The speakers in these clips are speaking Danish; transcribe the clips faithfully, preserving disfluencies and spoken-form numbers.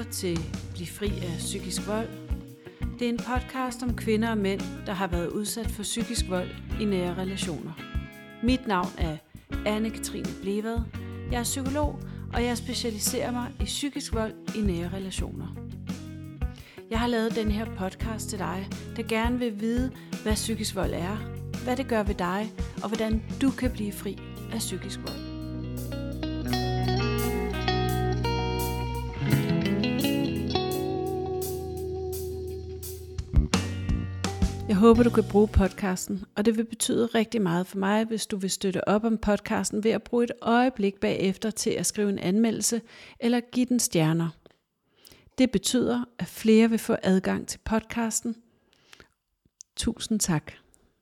til Bliv fri af psykisk vold. Det er en podcast om kvinder og mænd, der har været udsat for psykisk vold i nære relationer. Mit navn er Anne-Katrine Blevad. Jeg er psykolog, og jeg specialiserer mig i psykisk vold i nære relationer. Jeg har lavet den her podcast til dig, der gerne vil vide, hvad psykisk vold er, hvad det gør ved dig, og hvordan du kan blive fri af psykisk vold. Jeg håber, du kan bruge podcasten, og det vil betyde rigtig meget for mig, hvis du vil støtte op om podcasten ved at bruge et øjeblik bagefter til at skrive en anmeldelse eller give den stjerner. Det betyder, at flere vil få adgang til podcasten. Tusind tak.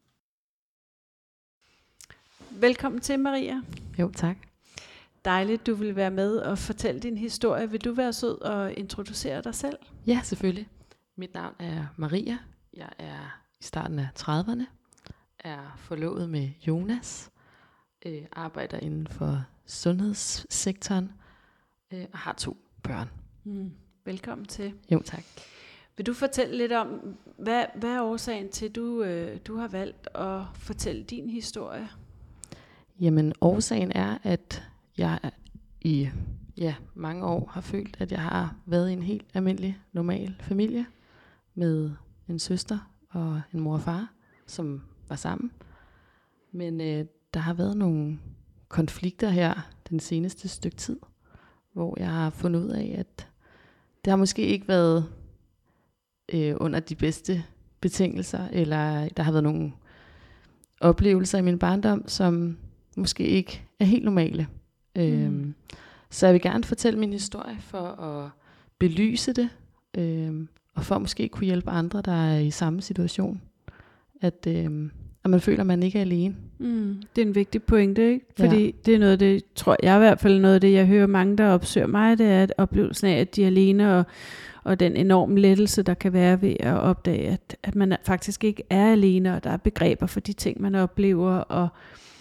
Velkommen til, Maria. Jo, tak. Dejligt, du vil være med og fortælle din historie. Vil du være sød og introducere dig selv? Ja, selvfølgelig. Mit navn er Maria. Jeg er i starten af trediverne, er forlovet med Jonas, øh, arbejder inden for sundhedssektoren øh, og har to børn. Mm. Velkommen til. Jo, tak. Vil du fortælle lidt om, hvad, hvad er årsagen til, at du, øh, du har valgt at fortælle din historie? Jamen, årsagen er, at jeg i ja, mange år har følt, at jeg har været i en helt almindelig, normal familie med en søster og en mor og far, som var sammen. Men øh, der har været nogle konflikter her den seneste stykke tid, hvor jeg har fundet ud af, at det har måske ikke været øh, under de bedste betingelser, eller der har været nogle oplevelser i min barndom, som måske ikke er helt normale. Mm. Øhm, så jeg vil gerne fortælle min historie for at belyse det, øhm, og for at måske kunne hjælpe andre, der er i samme situation. At, øhm, at man føler, at man ikke er alene. Mm, det er en vigtig pointe, ikke? Fordi ja. Det er noget af det, tror jeg i hvert fald noget af det, jeg hører mange, der opsøger mig, det er at oplevelsen af, at de er alene, og, og den enorme lettelse, der kan være ved at opdage, at, at man faktisk ikke er alene, og der er begreber for de ting, man oplever, og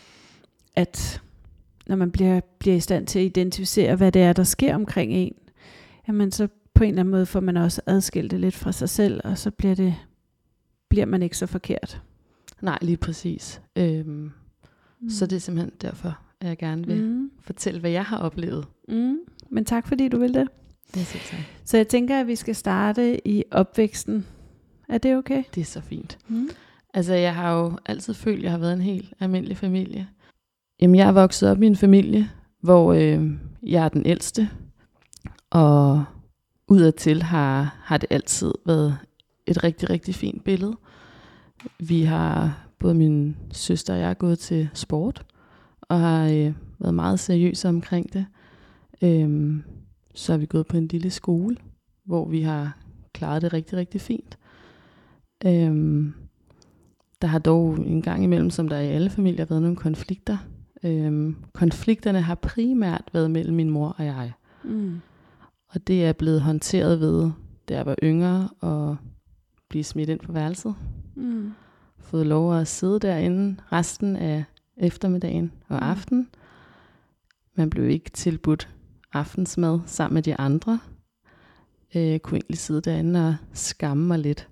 at når man bliver, bliver i stand til at identificere, hvad det er, der sker omkring en, jamen så på en eller anden måde får man også adskilt det lidt fra sig selv, og så bliver, det, bliver man ikke så forkert. Nej, lige præcis. Øhm, mm. Så det er simpelthen derfor, at jeg gerne vil mm. fortælle, hvad jeg har oplevet. Mm. Men tak, fordi du vil det. Det er så tak. Så jeg tænker, at vi skal starte i opvæksten. Er det okay? Det er så fint. Mm. Altså, jeg har jo altid følt, at jeg har været en helt almindelig familie. Jamen, jeg er vokset op i en familie, hvor øh, jeg er den ældste, og udadtil har, har det altid været et rigtig, rigtig fint billede. Vi har, både min søster og jeg, er gået til sport, og har øh, været meget seriøse omkring det. Øhm, så er vi gået på en lille skole, hvor vi har klaret det rigtig, rigtig fint. Øhm, der har dog en gang imellem, som der i alle familier, været nogle konflikter. Øhm, konflikterne har primært været mellem min mor og jeg. Mm. Og det er blevet håndteret ved, da jeg var yngre, og blive smidt ind på værelset. Mm. Fået lov at sidde derinde resten af eftermiddagen og aftenen. Man blev ikke tilbudt aftensmad sammen med de andre. Jeg kunne egentlig sidde derinde og skamme mig lidt.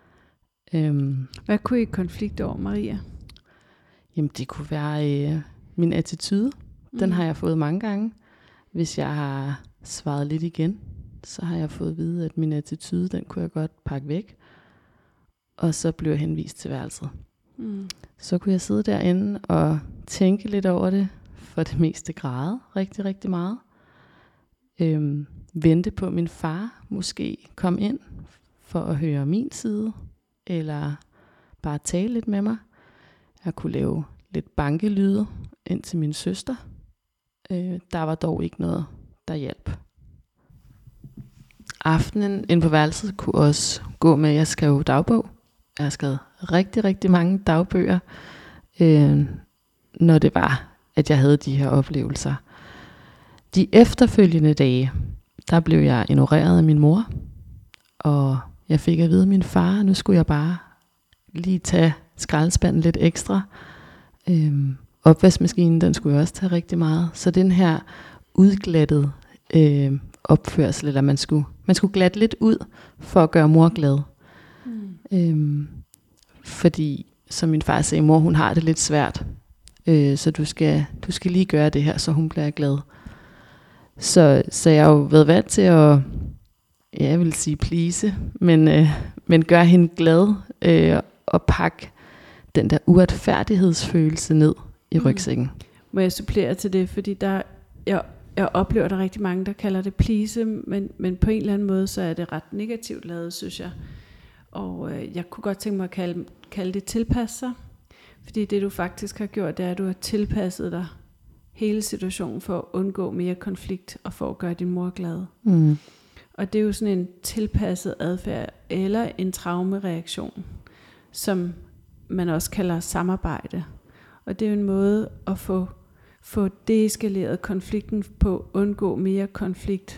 Øhm, Hvad kunne I konflikt over, Maria? Jamen det kunne være øh, min attitude. Mm. Den har jeg fået mange gange. Hvis jeg har svaret lidt igen, så har jeg fået at vide, at min attitude, den kunne jeg godt pakke væk. Og så blev jeg henvist til værelset. Mm. Så kunne jeg sidde derinde og tænke lidt over det, for det meste græde rigtig, rigtig meget. Øhm, vente på, at min far måske kom ind for at høre min side, eller bare tale lidt med mig. Jeg kunne lave lidt bankelyde ind til min søster. Øh, der var dog ikke noget, der hjalp. Aftenen inde på værelset kunne også gå med, at jeg skrev dagbog. Jeg har skrevet rigtig, rigtig mange dagbøger, øh, når det var, at jeg havde de her oplevelser. De efterfølgende dage, der blev jeg ignoreret af min mor, og jeg fik at vide af min far, nu skulle jeg bare lige tage skraldespanden lidt ekstra. Øhm, opvaskemaskinen, den skulle jeg også tage rigtig meget. Så den her udglattede øh, opførsel, eller man skulle man skulle glatte lidt ud for at gøre mor glad. Mm. Øhm, fordi, som min far sagde, mor hun har det lidt svært. Øh, så du skal, du skal lige gøre det her, så hun bliver glad. Så, så jeg har jo været vant til at, ja, jeg vil sige please, men, øh, men gøre hende glad øh, og pakke den der uretfærdighedsfølelse ned i rygsækken. Mm. Må jeg supplere til det, fordi der, jeg, jeg oplever, der er rigtig mange, der kalder det please, men, men på en eller anden måde, så er det ret negativt lavet, synes jeg. Og øh, jeg kunne godt tænke mig at kalde, kalde det tilpasse sig, fordi det du faktisk har gjort, det er, at du har tilpasset dig hele situationen for at undgå mere konflikt og for at gøre din mor glad. Mm. Og det er jo sådan en tilpasset adfærd eller en traumereaktion, som man også kalder samarbejde. Og det er jo en måde at få, få deeskaleret konflikten på, undgå mere konflikt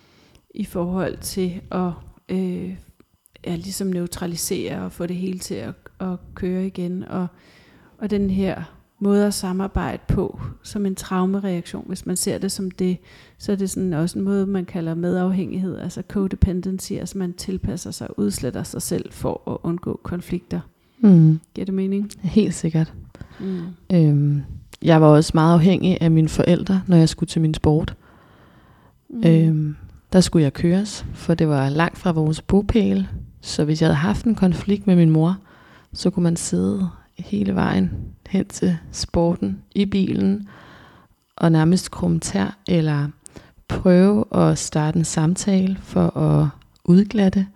i forhold til at øh, ja, ligesom neutralisere og få det hele til at, at køre igen. Og, og den her måde at samarbejde på som en traumereaktion, hvis man ser det som det, så er det sådan også en måde, man kalder medafhængighed, altså codependency, altså man tilpasser sig og udsletter sig selv for at undgå konflikter. Mm. Giver det mening? Helt sikkert. Mm. Øhm, jeg var også meget afhængig af mine forældre, når jeg skulle til min sport. Mm. Øhm, der skulle jeg køres, for det var langt fra vores bopæl. Så hvis jeg havde haft en konflikt med min mor, så kunne man sidde hele vejen hen til sporten i bilen og nærmest krumme tær eller prøve at starte en samtale for at udglatte.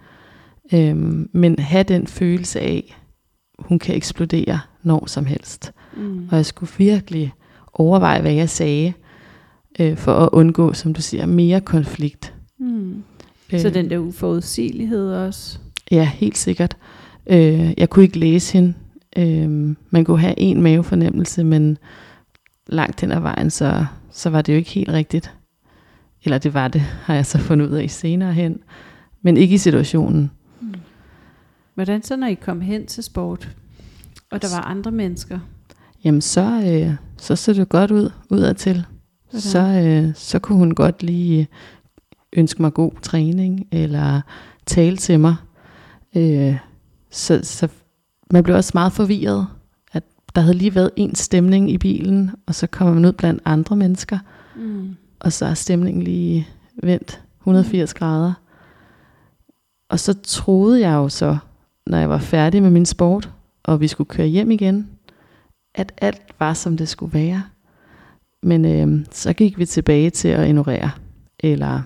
Øhm, men have den følelse af, hun kan eksplodere når som helst. Mm. Og jeg skulle virkelig overveje, hvad jeg sagde, øh, for at undgå, som du siger, mere konflikt. Mm. Øh, Så den der uforudsigelighed også? Ja, helt sikkert. Øh, jeg kunne ikke læse hende. Øh, man kunne have en mavefornemmelse, men langt hen ad vejen, så, så var det jo ikke helt rigtigt. Eller det var det, har jeg så fundet ud af senere hen. Men ikke i situationen. Mm. Hvordan så, når I kom hen til sport, og der var andre mennesker? Jamen, så, øh, så så det godt ud, udadtil. Så, øh, så kunne hun godt lige ønske mig god træning, eller tale til mig. Øh, så, så man blev også meget forvirret, at der havde lige været en stemning i bilen, og så kommer man ud blandt andre mennesker, mm. og så er stemningen lige vendt et hundrede og firs mm. grader. Og så troede jeg jo så, når jeg var færdig med min sport, og vi skulle køre hjem igen, at alt var, som det skulle være. Men øh, så gik vi tilbage til at ignorere, eller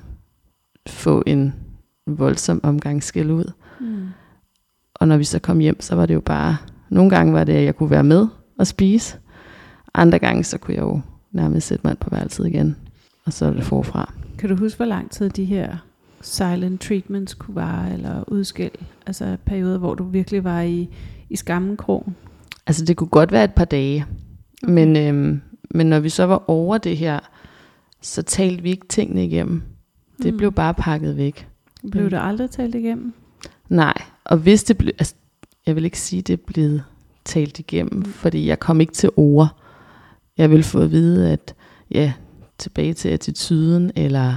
få en voldsom omgang skæld ud. Mm. Og når vi så kom hjem, så var det jo bare, nogle gange var det, at jeg kunne være med og spise. Andre gange, så kunne jeg jo nærmest sætte mig på værelset igen, og så er det forfra. Kan du huske, hvor lang tid de her silent treatments kunne vare, eller udskæld? Altså perioder, hvor du virkelig var i, i skammenkrogen? Altså det kunne godt være et par dage, okay. men, øhm, men når vi så var over det her, så talte vi ikke tingene igennem. Det mm. blev bare pakket væk. Blev det aldrig talt igennem? Nej, og hvis det blev, altså, jeg vil ikke sige, at det er blevet talt igennem, mm. fordi jeg kom ikke til ord. Jeg ville få at vide, at ja, tilbage til attituden, eller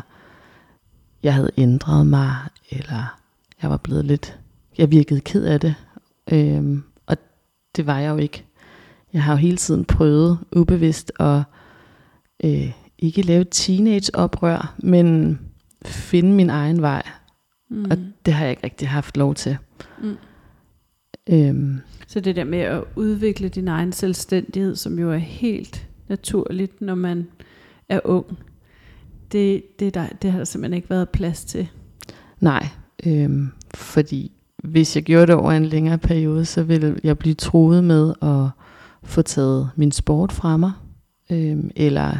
jeg havde ændret mig, eller jeg var blevet lidt, jeg virkede ked af det. Øhm, og det var jeg jo ikke. Jeg har jo hele tiden prøvet ubevidst at øh, ikke lave teenage-oprør, men finde min egen vej. Mm. Og det har jeg ikke rigtig haft lov til. Mm. Øhm. Så det der med at udvikle din egen selvstændighed, som jo er helt naturligt, når man er ung, det, det, der, det har der simpelthen ikke været plads til. Nej, øhm, fordi hvis jeg gjorde det over en længere periode, så ville jeg blive truet med at få taget min sport fra mig, øhm, eller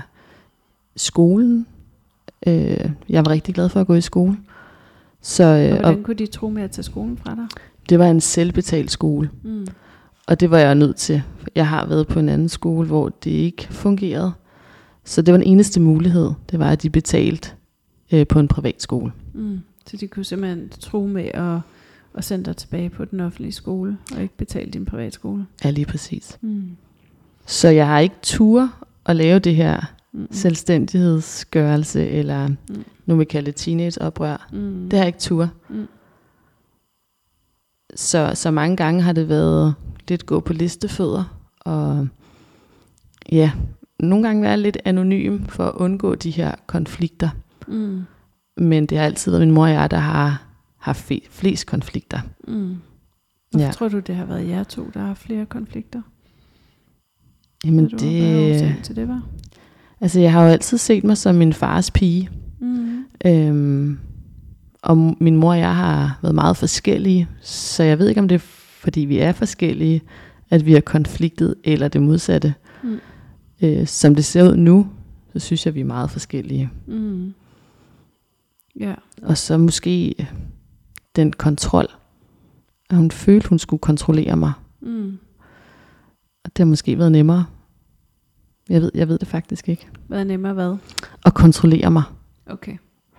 skolen. Øh, jeg var rigtig glad for at gå i skole. Så, øh, og hvordan og, kunne de tro med at tage skolen fra dig? Det var en selvbetalt skole. Mm. Og det var jeg nødt til. Jeg har været på en anden skole, hvor det ikke fungerede. Så det var den eneste mulighed. Det var, at de betalte øh, på en privat skole. Mm. Så de kunne simpelthen tro med at, at sende dig tilbage på den offentlige skole, og ikke betale din privat skole? Ja, lige præcis. Mm. Så jeg har ikke tur at lave det her mm. selvstændighedsgørelse, eller mm. nu vil vi kalde det teenageoprør. Mm. Det har jeg ikke tur. Mm. Så, så mange gange har det været lidt gå på listefødder, og ja, nogle gange være lidt anonym for at undgå de her konflikter. Mm. Men det har altid været min mor og jeg, der har haft flest konflikter. Mm. Hvorfor ja. tror du, det har været jer to, der har flere konflikter? Jamen du, det... til det var? Altså, jeg har jo altid set mig som min fars pige. Mm. Øhm, og min mor og jeg har været meget forskellige, så jeg ved ikke, om det er, fordi vi er forskellige, at vi har konfliktet, eller det modsatte. Mm. Øh, som det ser ud nu, så synes jeg, vi er meget forskellige. Mm. Ja. Og så måske den kontrol, at hun følte, hun skulle kontrollere mig. Mm. Og det har måske været nemmere. Jeg ved, jeg ved det faktisk ikke. Hvad er nemmere hvad? At kontrollere mig. Okay.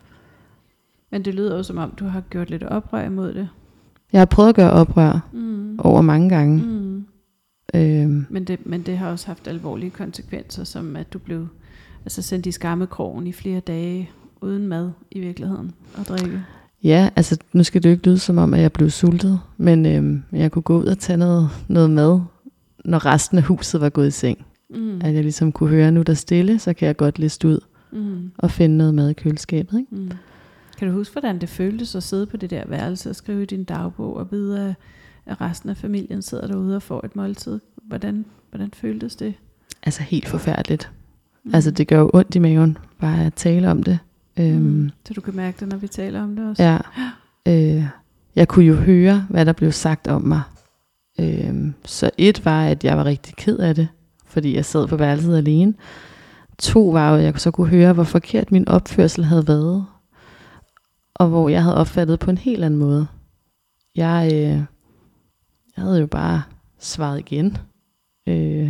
Men det lyder jo som om, du har gjort lidt oprør imod det. Jeg har prøvet at gøre oprør mm. over mange gange. Mm. Øhm. Men, det, men det har også haft alvorlige konsekvenser, som at du blev altså sendt i skammekrogen i flere dage, uden mad i virkeligheden og drikke. Ja, altså nu skal det jo ikke lyde som om, at jeg blev sultet, men øhm, jeg kunne gå ud og tage noget, noget mad, når resten af huset var gået i seng. Mm. At jeg ligesom kunne høre, nu der stille, så kan jeg godt liste ud mm. og finde noget mad i køleskabet. Ikke? Mm. Kan du huske, hvordan det føltes at sidde på det der værelse og skrive i din dagbog og vide, at resten af familien sidder derude og får et måltid? Hvordan, hvordan føltes det? Altså helt forfærdeligt. Mm. Altså det gør jo ondt i maven, bare at tale om det. Øhm, mm. Så du kan mærke det, når vi taler om det også? Ja. Øh, jeg kunne jo høre, hvad der blev sagt om mig. Øh, så et var, at jeg var rigtig ked af det, fordi jeg sad på værelset alene. To var jo, at jeg så kunne høre, hvor forkert min opførsel havde været. Og hvor jeg havde opfattet på en helt anden måde. Jeg, øh, jeg havde jo bare svaret igen. Øh,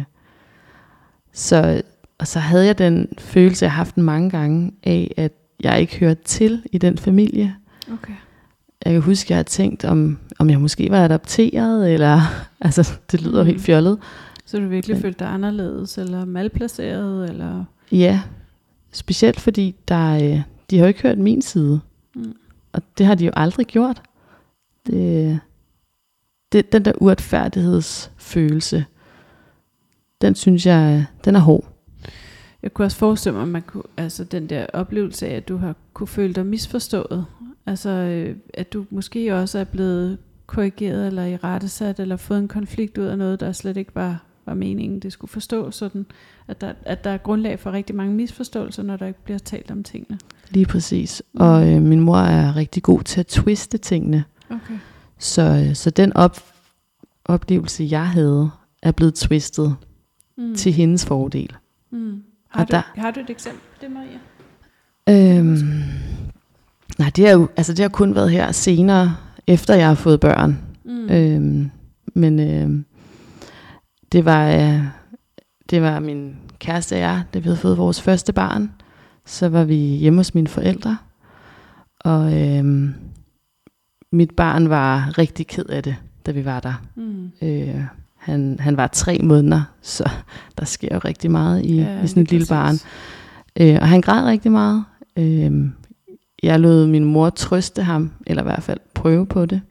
så, og så havde jeg den følelse, jeg har haft den mange gange, af at jeg ikke hørte til i den familie. Okay. Jeg kan huske, at jeg havde tænkt, om, om jeg måske var adopteret, eller altså, det lyder mm. helt fjollet. Så du virkelig Men, følte dig anderledes, eller malplaceret, eller? Ja, specielt fordi, der, de har jo ikke hørt min side. Mm. Og det har de jo aldrig gjort. Det, det, den der uretfærdighedsfølelse, den synes jeg, den er hård. Jeg kunne også forestille mig, at man kunne, altså den der oplevelse af, at du har kunne føle dig misforstået. Altså, øh, at du måske også er blevet korrigeret, eller irettesat, eller fået en konflikt ud af noget, der slet ikke var, var meningen, det skulle forstås sådan. At der, at der er grundlag for rigtig mange misforståelser, når der ikke bliver talt om tingene. Lige præcis. Mm. Og øh, min mor er rigtig god til at twiste tingene. Okay. Så, så den op, oplevelse, jeg havde, er blevet twistet mm. til hendes fordel. Mm. Har, du, der, har du et eksempel på det, Maria? Øhm, nej, det har jo altså det har kun været her senere, efter jeg har fået børn. Mm. Øhm, men øhm, det var øh, det var min kæreste og jeg, da vi havde fået vores første barn. Så var vi hjemme hos mine forældre, og øhm, mit barn var rigtig ked af det, da vi var der. Mm. Øh, Han, han var tre måneder, så der sker jo rigtig meget i, ja, i sådan et lille barn. Øh, og han græd rigtig meget. Øh, jeg lod min mor trøste ham, eller i hvert fald prøve på det.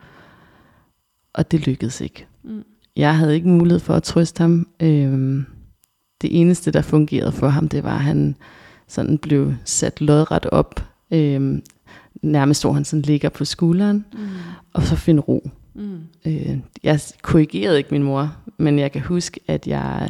Og det lykkedes ikke. Mm. Jeg havde ikke mulighed for at trøste ham. Øh, det eneste, der fungerede for ham, det var, at han sådan blev sat lodret op. Øh, nærmest hvor han sådan ligger på skulderen, mm. og så finde ro. Mm. Øh, jeg korrigerede ikke min mor, men jeg kan huske, at jeg,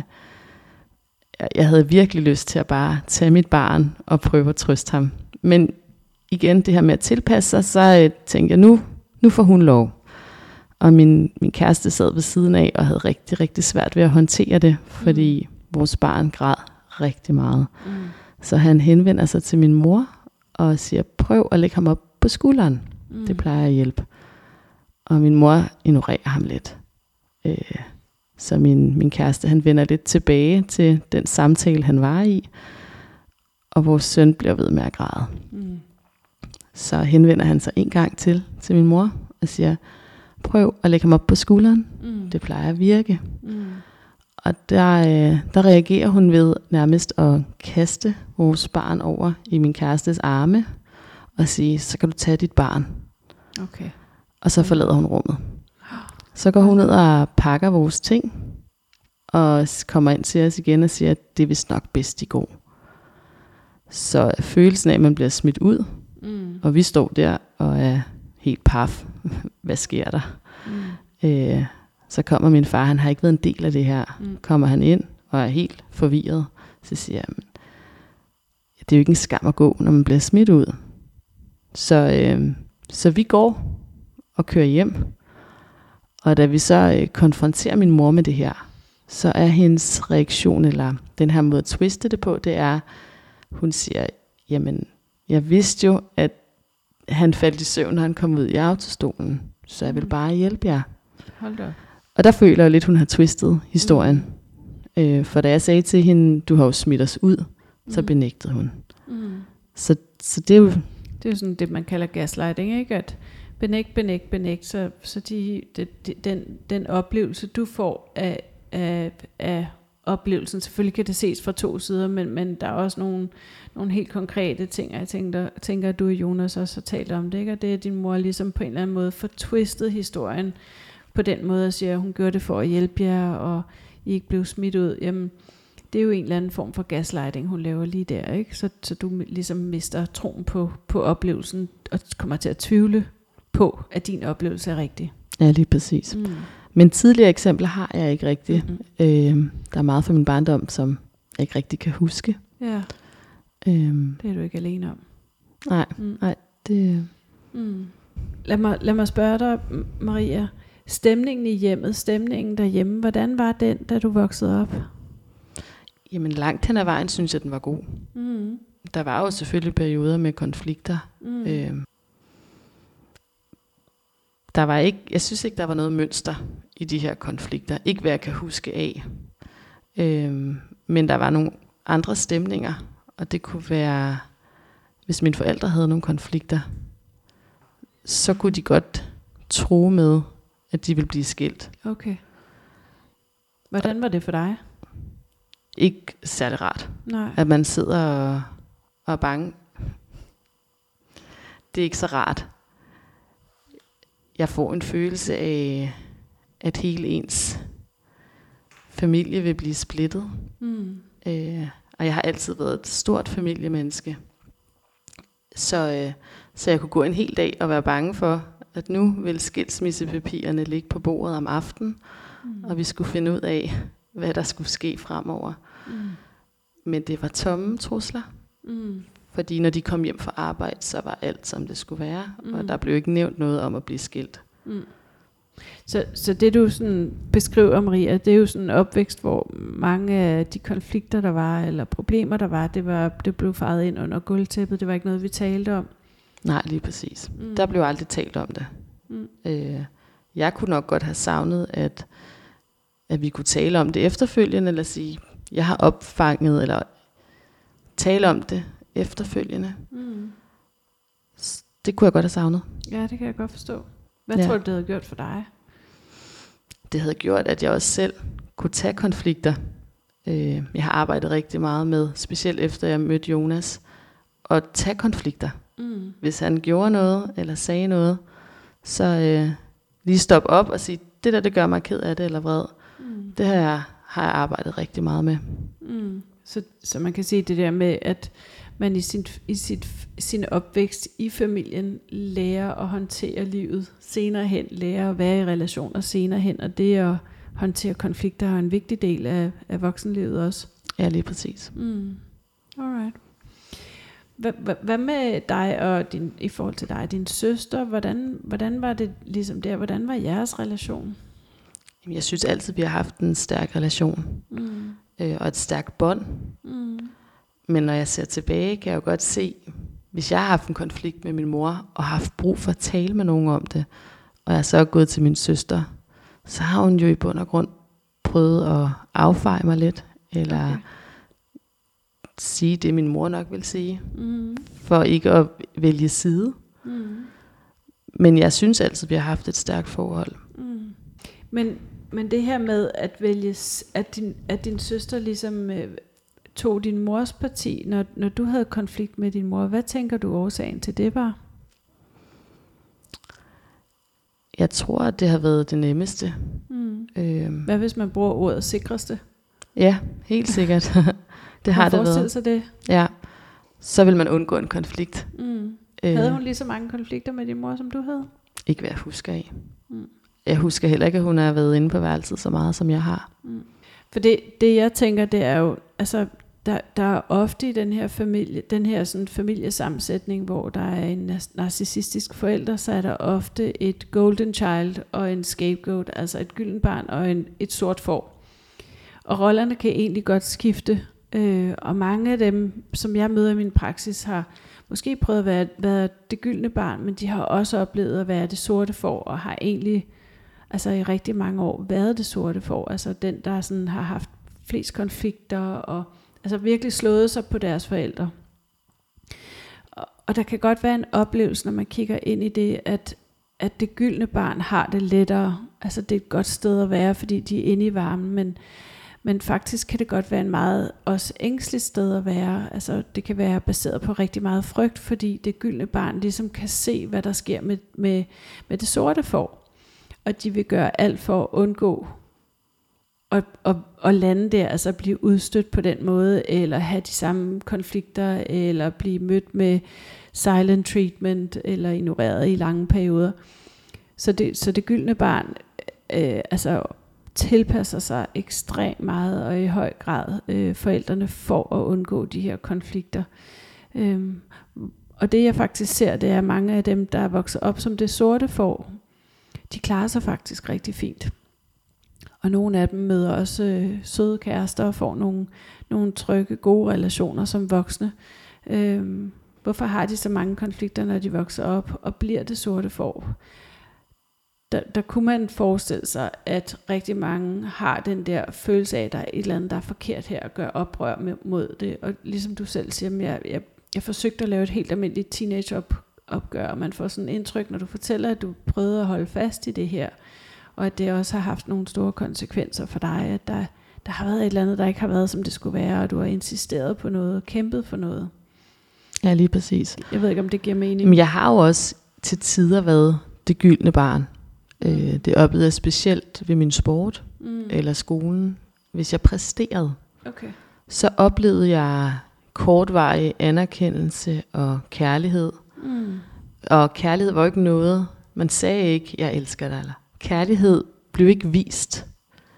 jeg havde virkelig lyst til at bare tage mit barn og prøve at trøste ham. Men igen, det her med at tilpasse sig, så øh, tænkte jeg, nu, nu får hun lov. Og min, min kæreste sad ved siden af og havde rigtig, rigtig svært ved at håndtere det, fordi mm. vores barn græd rigtig meget. Mm. Så han henvender sig til min mor og siger, prøv at lægge ham op på skulderen. Mm. Det plejer at hjælpe. Og min mor ignorerer ham lidt. Øh, så min, min kæreste, han vender lidt tilbage til den samtale, han var i. Og vores søn bliver ved med at græde. Mm. Så henvender han sig en gang til, til min mor, og siger, prøv at lægge ham op på skulderen. Mm. Det plejer at virke. Mm. Og der, øh, der reagerer hun ved nærmest at kaste vores barn over i min kærestes arme, og sige, så kan du tage dit barn. Okay. Og så forlader hun rummet. Så går hun ned og pakker vores ting, og kommer ind til os igen og siger, at det er vist nok bedst de går. Så følelsen af, at man bliver smidt ud, mm. og vi står der og er helt paf. Hvad sker der? Mm. Øh, så kommer min far, han har ikke været en del af det her. Mm. Kommer han ind og er helt forvirret. Så siger jeg, det er jo ikke en skam at gå, når man bliver smidt ud. Så, øh, så vi går og kører hjem. Og da vi så øh, konfronterer min mor med det her, så er hendes reaktion, eller den her måde at twiste det på, det er, hun siger, jamen, jeg vidste jo, at han faldt i søvn, når han kom ud i autostolen, så jeg vil bare hjælpe jer. Hold da. Og der føler jeg lidt, hun har twistet historien. Mm. Øh, for da jeg sagde til hende, du har jo smidt os ud, mm. så benægtede hun. Mm. Så, så det er jo... Det er jo sådan det, man kalder gaslighting, ikke? At benægt, benægt, benægt, så, så de, de, de, den, den oplevelse, du får af, af, af oplevelsen, selvfølgelig kan det ses fra to sider, men, men der er også nogle, nogle helt konkrete ting, og jeg tænker, tænker, at du og Jonas også har talt om det, ikke? Og det er, at din mor ligesom på en eller anden måde får twistet historien på den måde, og siger, at hun gjorde det for at hjælpe jer, og I ikke blev smidt ud. Jamen, det er jo en eller anden form for gaslighting, hun laver lige der, ikke? Så, så du ligesom mister troen på, på oplevelsen, og kommer til at tvivle på, at din oplevelse er rigtig. Ja, lige præcis. Mm. Men tidligere eksempler har jeg ikke rigtig. Mm-hmm. Øh, der er meget fra min barndom, som jeg ikke rigtig kan huske. Ja, øh, det er du ikke alene om. Nej, mm. nej. Det... Mm. Lad mig, lad mig spørge dig, Maria. Stemningen i hjemmet, stemningen derhjemme, hvordan var den, da du voksede op? Jamen langt hen ad vejen, synes jeg, den var god. Mm. Der var jo selvfølgelig perioder med konflikter. Mm. Øh, der var ikke, jeg synes ikke, der var noget mønster i de her konflikter. Ikke hvad jeg kan huske af. Øh, men der var nogle andre stemninger, og det kunne være, hvis mine forældre havde nogle konflikter, så kunne de godt tro med, at de ville blive skilt. Okay. Hvordan var det for dig? Ikke særlig rart. Nej. At man sidder og, og er bange. Det er ikke så rart. Jeg får en følelse af, at hele ens familie vil blive splittet. Mm. Øh, og jeg har altid været et stort familiemenneske. Så, øh, så jeg kunne gå en hel dag og være bange for, at nu vil skilsmissepapirerne ligge på bordet om aftenen, mm. og vi skulle finde ud af, hvad der skulle ske fremover. Mm. Men det var tomme trusler. Mm. Fordi når de kom hjem fra arbejde, så var alt, som det skulle være. Mm. Og der blev ikke nævnt noget om at blive skilt. Mm. Så, så det du sådan beskriver, Maria, det er jo sådan en opvækst, hvor mange af de konflikter, der var, eller problemer, der var, det, var, det blev faret ind under gulvtæppet. Det var ikke noget, vi talte om. Nej, lige præcis. Mm. Der blev aldrig talt om det. Mm. Øh, jeg kunne nok godt have savnet, at, at vi kunne tale om det efterfølgende, eller sige, jeg har opfanget, eller tale om det efterfølgende. Mm. Det kunne jeg godt have savnet. Ja, det kan jeg godt forstå. Hvad ja. tror du, det havde gjort for dig? Det havde gjort, at jeg også selv kunne tage konflikter. Øh, jeg har arbejdet rigtig meget med, specielt efter jeg mødte Jonas, at tage konflikter. Mm. Hvis han gjorde noget, eller sagde noget, så øh, lige stoppe op og sige, det der, det gør mig ked af det, eller vred. Mm. Det her har jeg arbejdet rigtig meget med. Mm. Så, så man kan sige det der med, at man i sin, i sit, sin opvækst i familien lærer at håndtere livet senere hen, lærer at være i relationer senere hen, og det at håndtere konflikter er en vigtig del af, af voksenlivet også. Ja, lige præcis. Mm. Alright. Hvad med dig og din, i forhold til dig og din søster? Hvordan, hvordan var det ligesom der? Hvordan var jeres relation? Jeg synes altid, vi har haft en stærk relation. Mm. Øh, og et stærkt bånd. Mm. Men når jeg ser tilbage, kan jeg jo godt se, hvis jeg har haft en konflikt med min mor, og haft brug for at tale med nogen om det, og jeg så er gået til min søster, så har hun jo i bund og grund prøvet at affeje mig lidt, eller okay. sige det, min mor nok vil sige, mm. for ikke at vælge side. Mm. Men jeg synes altid, vi har haft et stærkt forhold. Mm. Men, men det her med at vælge, at din, at din søster ligesom øh, tog din mors parti, når, når du havde konflikt med din mor, hvad tænker du årsagen til det var? Jeg tror, at det har været det nemmeste. Mm. Øhm. Hvad hvis man bruger ordet sikreste? Ja, helt sikkert. Det har det været. Sig det? Ja, så vil man undgå en konflikt. Mm. Havde hun lige så mange konflikter med din mor, som du havde? Ikke hvad jeg husker af. Mm. Jeg husker heller ikke, at hun har været inde på værelset så meget, som jeg har. Mm. For det, det jeg tænker, det er jo, altså der, der er ofte i den her familie, den her sådan familiesammensætning, hvor der er en narcissistisk forælder, så er der ofte et golden child og en scapegoat, altså et gyldent barn og en, et sort får. Og rollerne kan egentlig godt skifte, øh, og mange af dem, som jeg møder i min praksis, har måske prøvet at være, være det gyldne barn, men de har også oplevet at være det sorte får, og har egentlig altså i rigtig mange år været det sorte får, altså den, der sådan har haft flest konflikter, og altså virkelig slået sig på deres forældre. Og, og der kan godt være en oplevelse, når man kigger ind i det, at, at det gyldne barn har det lettere, altså det er et godt sted at være, fordi de er inde i varmen, men Men faktisk kan det godt være en meget også ængstelig sted at være. Altså det kan være baseret på rigtig meget frygt, fordi det gyldne barn ligesom kan se, hvad der sker med, med, med det sorte får. Og de vil gøre alt for at undgå at, at, at lande der, altså at blive udstødt på den måde, eller have de samme konflikter, eller blive mødt med silent treatment, eller ignoreret i lange perioder. Så det, så det gyldne barn, øh, altså tilpasser sig ekstremt meget og i høj grad øh, forældrene for at undgå de her konflikter. Øhm, og det jeg faktisk ser, det er mange af dem, der er vokset op som det sorte får, de klarer sig faktisk rigtig fint. Og nogle af dem møder også øh, søde kærester og får nogle, nogle trygge, gode relationer som voksne. Øhm, hvorfor har de så mange konflikter, når de vokser op og bliver det sorte får? Der, der kunne man forestille sig, at rigtig mange har den der følelse af, at der er et eller andet, der er forkert her, og gør oprør med, mod det. Og ligesom du selv siger, jeg, jeg, jeg forsøgte at lave et helt almindeligt teenageopgør, og man får sådan en indtryk, når du fortæller, at du prøvede at holde fast i det her, og at det også har haft nogle store konsekvenser for dig, at der, der har været et eller andet, der ikke har været, som det skulle være, og du har insisteret på noget, og kæmpet for noget. Ja, lige præcis. Jeg ved ikke, om det giver mening. Men jeg har jo også til tider været det gyldne barn. Øh, det oplevede jeg specielt ved min sport mm. eller skolen. Hvis jeg præsterede, okay. så oplevede jeg kortvarig anerkendelse og kærlighed. Mm. Og kærlighed var ikke noget, man sagde ikke, jeg elsker dig. Eller. Kærlighed blev ikke vist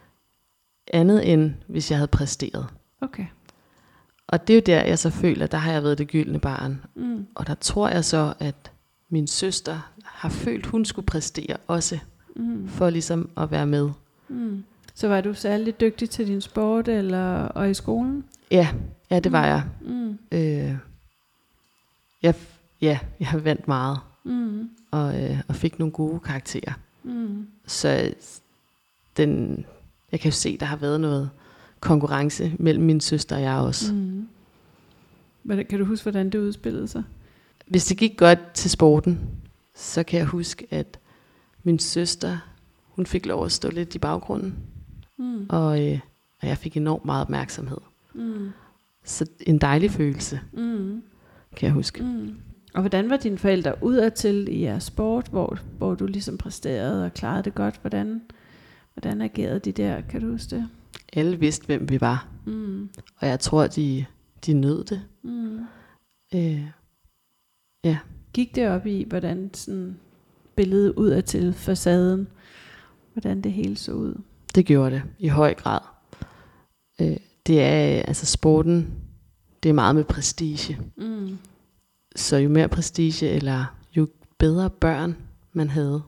andet end, hvis jeg havde præsteret. Okay. Og det er jo der, jeg så føler, der har jeg været det gyldne barn. Mm. Og der tror jeg så, at min søster har følt, hun skulle præstere også, mm. for ligesom at være med. Mm. Så var du særlig dygtig til din sport eller og i skolen? Ja, ja det var jeg. Mm. Øh, jeg. Ja, jeg har vandt meget, mm. og, øh, og fik nogle gode karakterer. Mm. Så den, jeg kan jo se, der har været noget konkurrence mellem min søster og jeg også. Mm. Kan du huske, hvordan det udspillede sig? Hvis det gik godt til sporten, så kan jeg huske, at min søster, hun fik lov at stå lidt i baggrunden. Mm. Og, øh, og jeg fik enormt meget opmærksomhed. Mm. Så en dejlig følelse, mm. kan jeg huske. Mm. Og hvordan var dine forældre udadtil i jeres sport, hvor, hvor du ligesom præsterede og klarede det godt? Hvordan, hvordan agerede de der? Kan du huske det? Alle vidste, hvem vi var. Mm. Og jeg tror, de, de nød det. Mm. Øh, ja. Gik det op i, hvordan sådan billedet udadtil, facaden, hvordan det hele så ud? Det gjorde det i høj grad. Øh, det er altså sporten, det er meget med prestige. Mm. Så jo mere prestige, eller jo bedre børn man havde,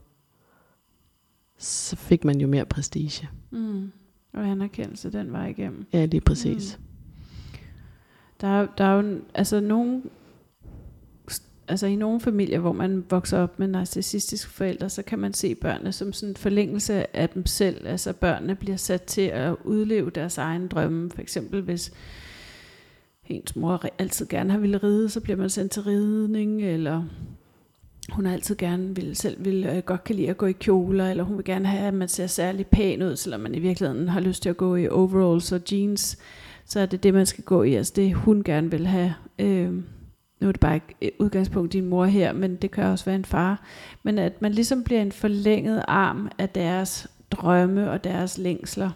så fik man jo mere prestige. Mm. Og anerkendelse den vej igennem. Ja, lige præcis. Mm. Der er, der er jo altså nogle, altså i nogle familier, hvor man vokser op med narcissistiske forældre, så kan man se børnene som sådan en forlængelse af dem selv. Altså børnene bliver sat til at udleve deres egen drømme. For eksempel hvis ens mor altid gerne har ville ride, så bliver man sendt til ridning, eller hun har altid gerne vil, selv vil, øh, godt kan lide at gå i kjoler, eller hun vil gerne have, at man ser særlig pæn ud, selvom man i virkeligheden har lyst til at gå i overalls og jeans, så er det det, man skal gå i, altså det hun gerne vil have. Øh, nu er det bare ikke et udgangspunkt din mor her, men det kan også være en far, men at man ligesom bliver en forlænget arm af deres drømme og deres længsler.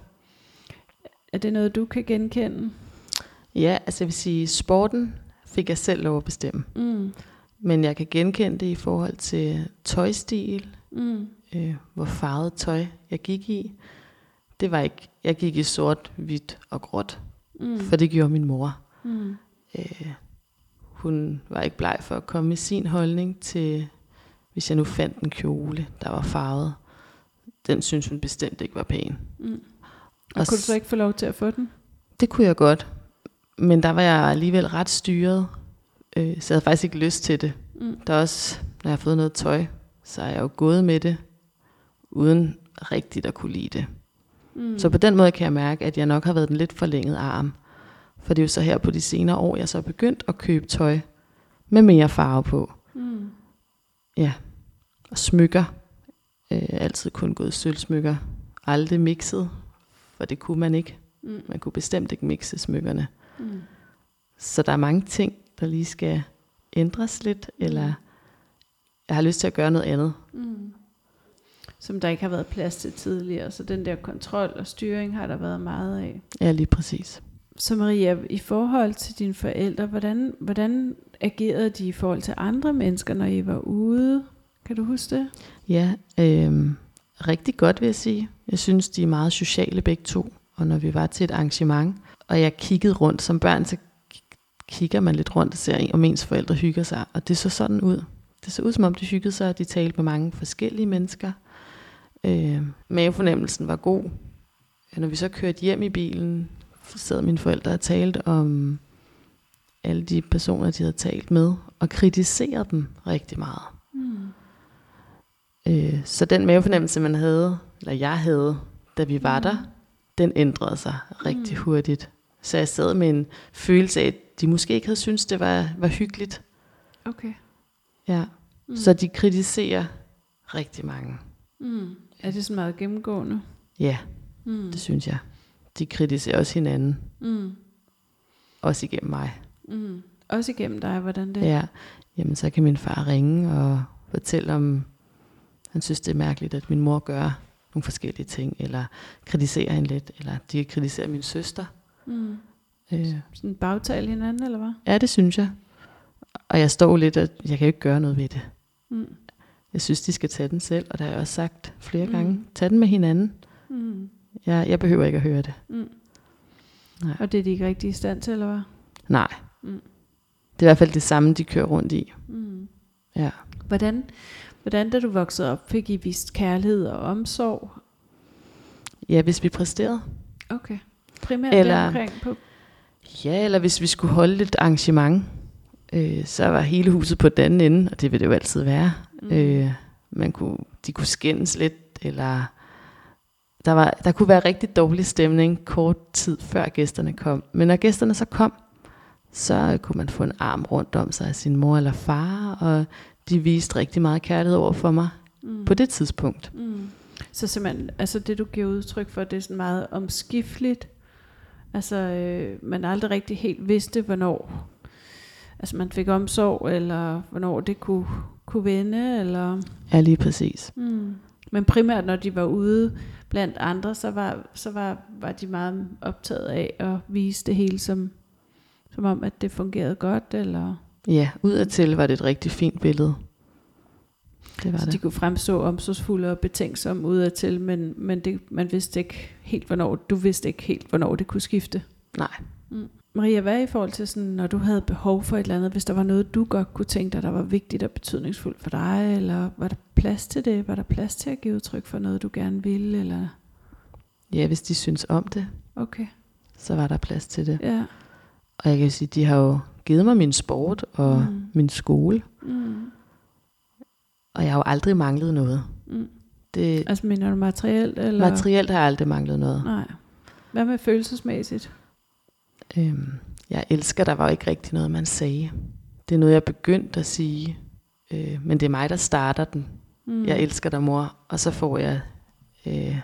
Er det noget, du kan genkende? Ja, altså jeg vil sige, sporten fik jeg selv lov at bestemme. Mm. Men jeg kan genkende det i forhold til tøjstil, Mm. øh, hvor farvet tøj jeg gik i. Det var ikke, jeg gik i sort, hvidt og gråt, mm. for det gjorde min mor. Mm. Øh, hun var ikke bleg for at komme med sin holdning til, hvis jeg nu fandt en kjole, der var farvet. Den synes hun bestemt ikke var pæn. Mm. Og, og kunne du så ikke få lov til at få den? Det kunne jeg godt, men der var jeg alligevel ret styret, øh, så jeg havde faktisk ikke lyst til det. Mm. Der er også, når jeg har fået noget tøj, så er jeg jo gået med det, uden rigtigt at kunne lide det. Mm. Så på den måde kan jeg mærke, at jeg nok har været den lidt forlængede arm. For det er jo så her på de senere år, jeg så er begyndt at købe tøj med mere farve på. Mm. Ja, og smykker. Øh, altid kun gået sølvsmykker. Aldrig mixet, for det kunne man ikke. Mm. Man kunne bestemt ikke mixe smykkerne. Mm. Så der er mange ting, der lige skal ændres lidt, eller jeg har lyst til at gøre noget andet. Mm. Som der ikke har været plads til tidligere, så den der kontrol og styring har der været meget af. Ja, lige præcis. Så Maria, i forhold til dine forældre, hvordan, hvordan agerede de i forhold til andre mennesker, når I var ude? Kan du huske det? Ja, øh, rigtig godt vil jeg sige. Jeg synes, de er meget sociale begge to. Og når vi var til et arrangement, og jeg kiggede rundt som børn, så kigger man lidt rundt og ser, om ens forældre hygger sig. Og det så sådan ud. Det så ud, som om de hyggede sig, og de talte med mange forskellige mennesker. Øh, mavefornemmelsen var god. Når vi så kørte hjem i bilen, sad mine forældre og talte om alle de personer, de havde talt med, og kritiserede dem rigtig meget. Mm. Øh, så den mavefornemmelse, man havde, eller jeg havde, da vi var mm. der, den ændrede sig rigtig mm. hurtigt. Så jeg sad med en følelse af, at de måske ikke havde syntes, det var, var hyggeligt. Okay. Ja. Mm. Så de kritiserer rigtig mange. Mm. Er det så meget gennemgående? Ja, mm. det synes jeg. De kritiserer også hinanden. Mm. Også igennem mig. Mm. Også igennem dig, hvordan det? Ja, jamen så kan min far ringe og fortælle om, han synes det er mærkeligt, at min mor gør nogle forskellige ting, eller kritiserer hende lidt, eller de kritiserer min søster. Mm. Øh. Sådan bagtale hinanden, eller hvad? Ja, det synes jeg. Og jeg står lidt, at jeg kan jo ikke gøre noget ved det. Mm. Jeg synes, de skal tage den selv, og der har jeg også sagt flere gange, mm. tag den med hinanden. Mm. Jeg, jeg behøver ikke at høre det. Mm. Nej. Og det er de ikke rigtig i stand til, eller hvad? Nej. Mm. Det er i hvert fald det samme, de kører rundt i. Mm. Ja. Hvordan, hvordan, da du voksede op, fik I vist kærlighed og omsorg? Ja, hvis vi præsterede. Okay. Primært eller, omkring på? Ja, eller hvis vi skulle holde et arrangement, øh, så var hele huset på den anden ende, og det vil det jo altid være. Mm. Øh, man kunne, de kunne skændes lidt, eller der, var, der kunne være rigtig dårlig stemning kort tid før gæsterne kom. Men når gæsterne så kom, så kunne man få en arm rundt om sig af sin mor eller far, og de viste rigtig meget kærlighed over for mig mm. på det tidspunkt. Mm. Så simpelthen, altså det du giver udtryk for, det er sådan meget omskifteligt. Altså øh, man aldrig rigtig helt vidste, hvornår altså man fik omsorg, eller hvornår det kunne, kunne vende, eller... Ja, lige præcis. Mm. Men primært når de var ude blandt andre, så var, så var, var de meget optaget af at vise det hele som, som om, at det fungerede godt, eller... Ja, udadtil var det et rigtig fint billede. Det var så det. De kunne fremstå omsorgsfulde og betænksomme udadtil, men, men det, man vidste ikke helt, hvornår, du vidste ikke helt, hvornår det kunne skifte. Nej. Mm. Maria, hvad i forhold til sådan, når du havde behov for et eller andet, hvis der var noget, du godt kunne tænke dig, der var vigtigt og betydningsfuldt for dig, eller var der plads til det? Var der plads til at give udtryk for noget, du gerne ville? Eller? Ja, hvis de synes om det, okay. så var der plads til det. Ja. Og jeg kan sige, de har jo givet mig min sport og mm. min skole. Mm. Og jeg har jo aldrig manglet noget. Mm. Det, altså mener du materielt? Eller? Materielt har jeg aldrig manglet noget. Nej. Hvad med følelsesmæssigt? Øhm, jeg elsker, der var jo ikke rigtig noget, man sagde. Det er noget, jeg begyndte at sige Øh, men det er mig, der starter den. Mm. Jeg elsker dig, mor. Og så får jeg... Øh,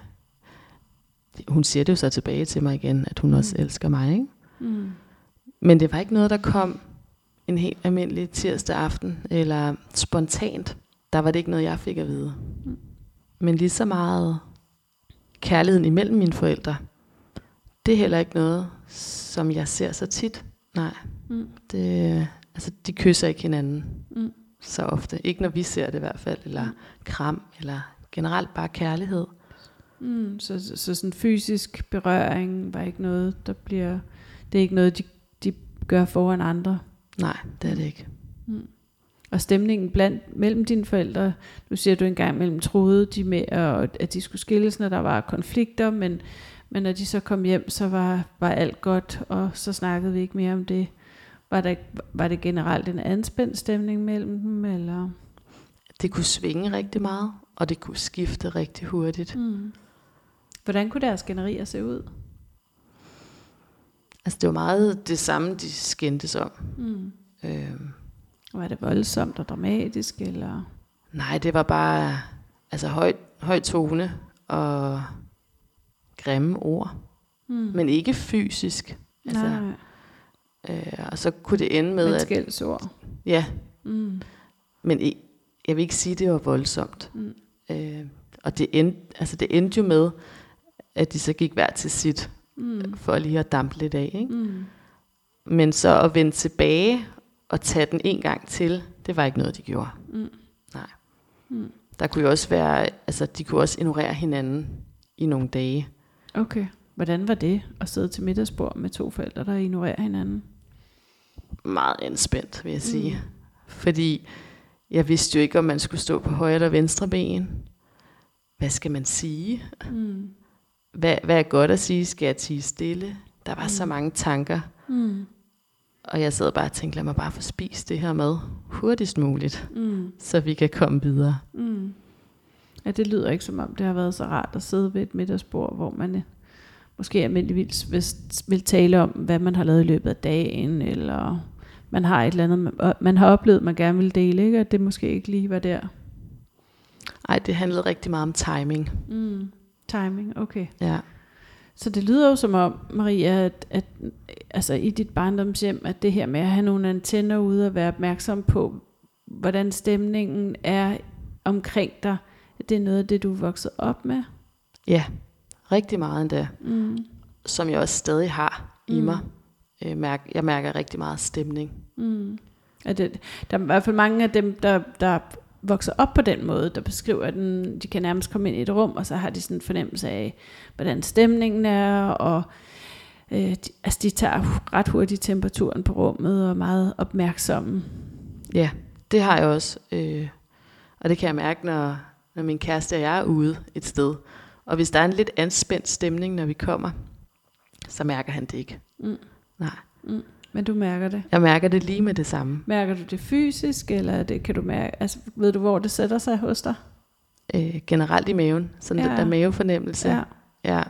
hun siger det jo så tilbage til mig igen, at hun mm. også elsker mig, ikke? Mm. Men det var ikke noget, der kom en helt almindelig tirsdag aften, eller spontant. Der var det ikke noget, jeg fik at vide. Mm. Men lige så meget kærligheden imellem mine forældre, det er heller ikke noget, som jeg ser så tit. Nej. Mm. Det, altså, de kysser ikke hinanden mm. så ofte. Ikke når vi ser det i hvert fald, eller mm. kram, eller generelt bare kærlighed. Mm, så, så, så sådan fysisk berøring var ikke noget, der bliver... Det er ikke noget, de, de gør foran andre. Nej, det er det ikke. Mm. Og stemningen blandt mellem dine forældre, nu siger du engang mellem troede de med, at de skulle skilles, når der var konflikter, men, men når de så kom hjem, så var, var alt godt, og så snakkede vi ikke mere om det. Var det, var det generelt en anspændt stemning mellem dem, eller? Det kunne svinge rigtig meget, og det kunne skifte rigtig hurtigt. Mm. Hvordan kunne deres skænderier se ud? Altså det var meget det samme, de skændtes om. Mm. Øhm. Var det voldsomt og dramatisk, eller? Nej, det var bare altså høj, høj tone og grimme ord. Mm. Men ikke fysisk. Altså, Nej. Øh, og så kunne det ende med... Men skældsord. Ja. Mm. Men jeg vil ikke sige, at det var voldsomt. Mm. Øh, og det endte, altså det endte jo med, at de så gik hver til sit, mm. for lige at dampe lidt af. Ikke? Mm. Men så at vende tilbage og tage den en gang til, det var ikke noget, de gjorde. Mm. Nej. Mm. Der kunne jo også være, altså de kunne også ignorere hinanden i nogle dage. Okay. Hvordan var det at sidde til middagsbord med to forældre, der ignorerer hinanden? Meget anspændt, vil jeg sige. Mm. Fordi jeg vidste jo ikke, om man skulle stå på højre eller venstre ben. Hvad skal man sige? Mm. Hvad, hvad er godt at sige? Skal jeg tie stille? Der var mm. så mange tanker. Mm. Og jeg sad bare og tænkte, lad mig bare få spist det her mad hurtigst muligt, mm. så vi kan komme videre. Mm. Ja, det lyder ikke som om, det har været så rart at sidde ved et middagsbord, hvor man måske almindeligvis vil, vil tale om, hvad man har lavet i løbet af dagen, eller man har et eller andet, man, man har oplevet, man gerne vil dele, ikke? Og det måske ikke lige var der. Nej, det handlede rigtig meget om timing. Mm. Timing, okay. Ja. Så det lyder jo som om, Maria, at, at altså i dit barndomshjem, at det her med at have nogle antenner ude og være opmærksom på, hvordan stemningen er omkring dig, det er noget af det, du er vokset op med? Ja, rigtig meget endda. Mm. Som jeg også stadig har i mm. mig. Jeg mærker, jeg mærker rigtig meget stemning. Mm. Er det, der er i hvert fald mange af dem, der, der vokser op på den måde, der beskriver den, de kan nærmest komme ind i et rum, og så har de sådan en fornemmelse af, hvordan stemningen er, og øh, de, altså de tager ret hurtigt temperaturen på rummet, og er meget opmærksomme. Ja, det har jeg også, øh, og det kan jeg mærke, når, når min kæreste og jeg er ude et sted, og hvis der er en lidt anspændt stemning, når vi kommer, så mærker han det ikke. Mm. Nej. Mm. Men du mærker det? Jeg mærker det lige med det samme. Mærker du det fysisk, eller det kan du mærke? Altså, ved du, hvor det sætter sig hos dig? Øh, generelt i maven. Sådan ja. Den der mavefornemmelse. Ja. Ja.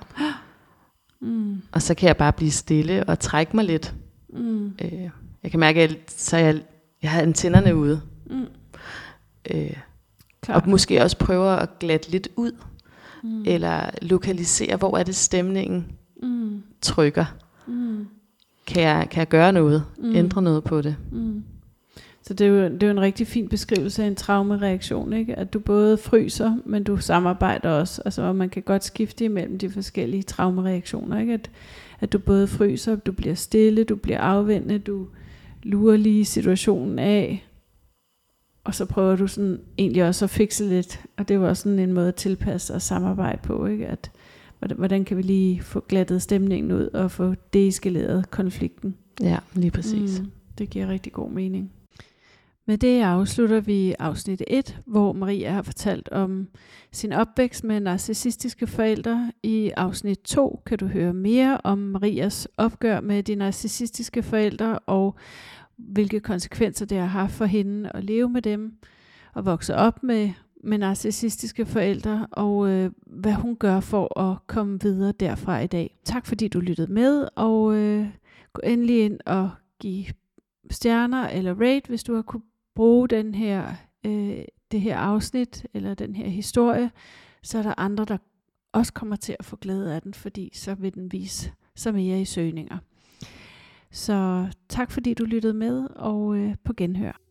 Mm. Og så kan jeg bare blive stille og trække mig lidt. Mm. Øh, jeg kan mærke, at jeg, så jeg, jeg har antennerne ude. Mm. Øh, og måske også prøver at glatte lidt ud. Mm. Eller lokalisere, hvor er det stemningen mm. trykker. Mm. Kan jeg, kan jeg gøre noget? Mm. Ændre noget på det? Mm. Så det er, jo, det er jo en rigtig fin beskrivelse af en traumereaktion, ikke? At du både fryser, men du samarbejder også. Altså, og man kan godt skifte imellem de forskellige traumereaktioner, ikke? At, at du både fryser, du bliver stille, du bliver afventende, du lurer lige situationen af, og så prøver du sådan egentlig også at fikse lidt. Og det var sådan en måde at tilpasse og samarbejde på, ikke? At hvordan kan vi lige få glattet stemningen ud og få deeskaleret konflikten? Ja, lige præcis. Mm, det giver rigtig god mening. Med det afslutter vi afsnit et, hvor Maria har fortalt om sin opvækst med narcissistiske forældre. I afsnit to kan du høre mere om Marias opgør med de narcissistiske forældre, og hvilke konsekvenser det har haft for hende at leve med dem og vokse op med med narcissistiske forældre, og øh, hvad hun gør for at komme videre derfra i dag. Tak fordi du lyttede med, og øh, gå endelig ind og give stjerner eller rate, hvis du har kunne bruge den her øh, det her afsnit, eller den her historie, så er der andre, der også kommer til at få glæde af den, fordi så vil den vise sig mere i søgninger. Så tak fordi du lyttede med, og øh, på genhør.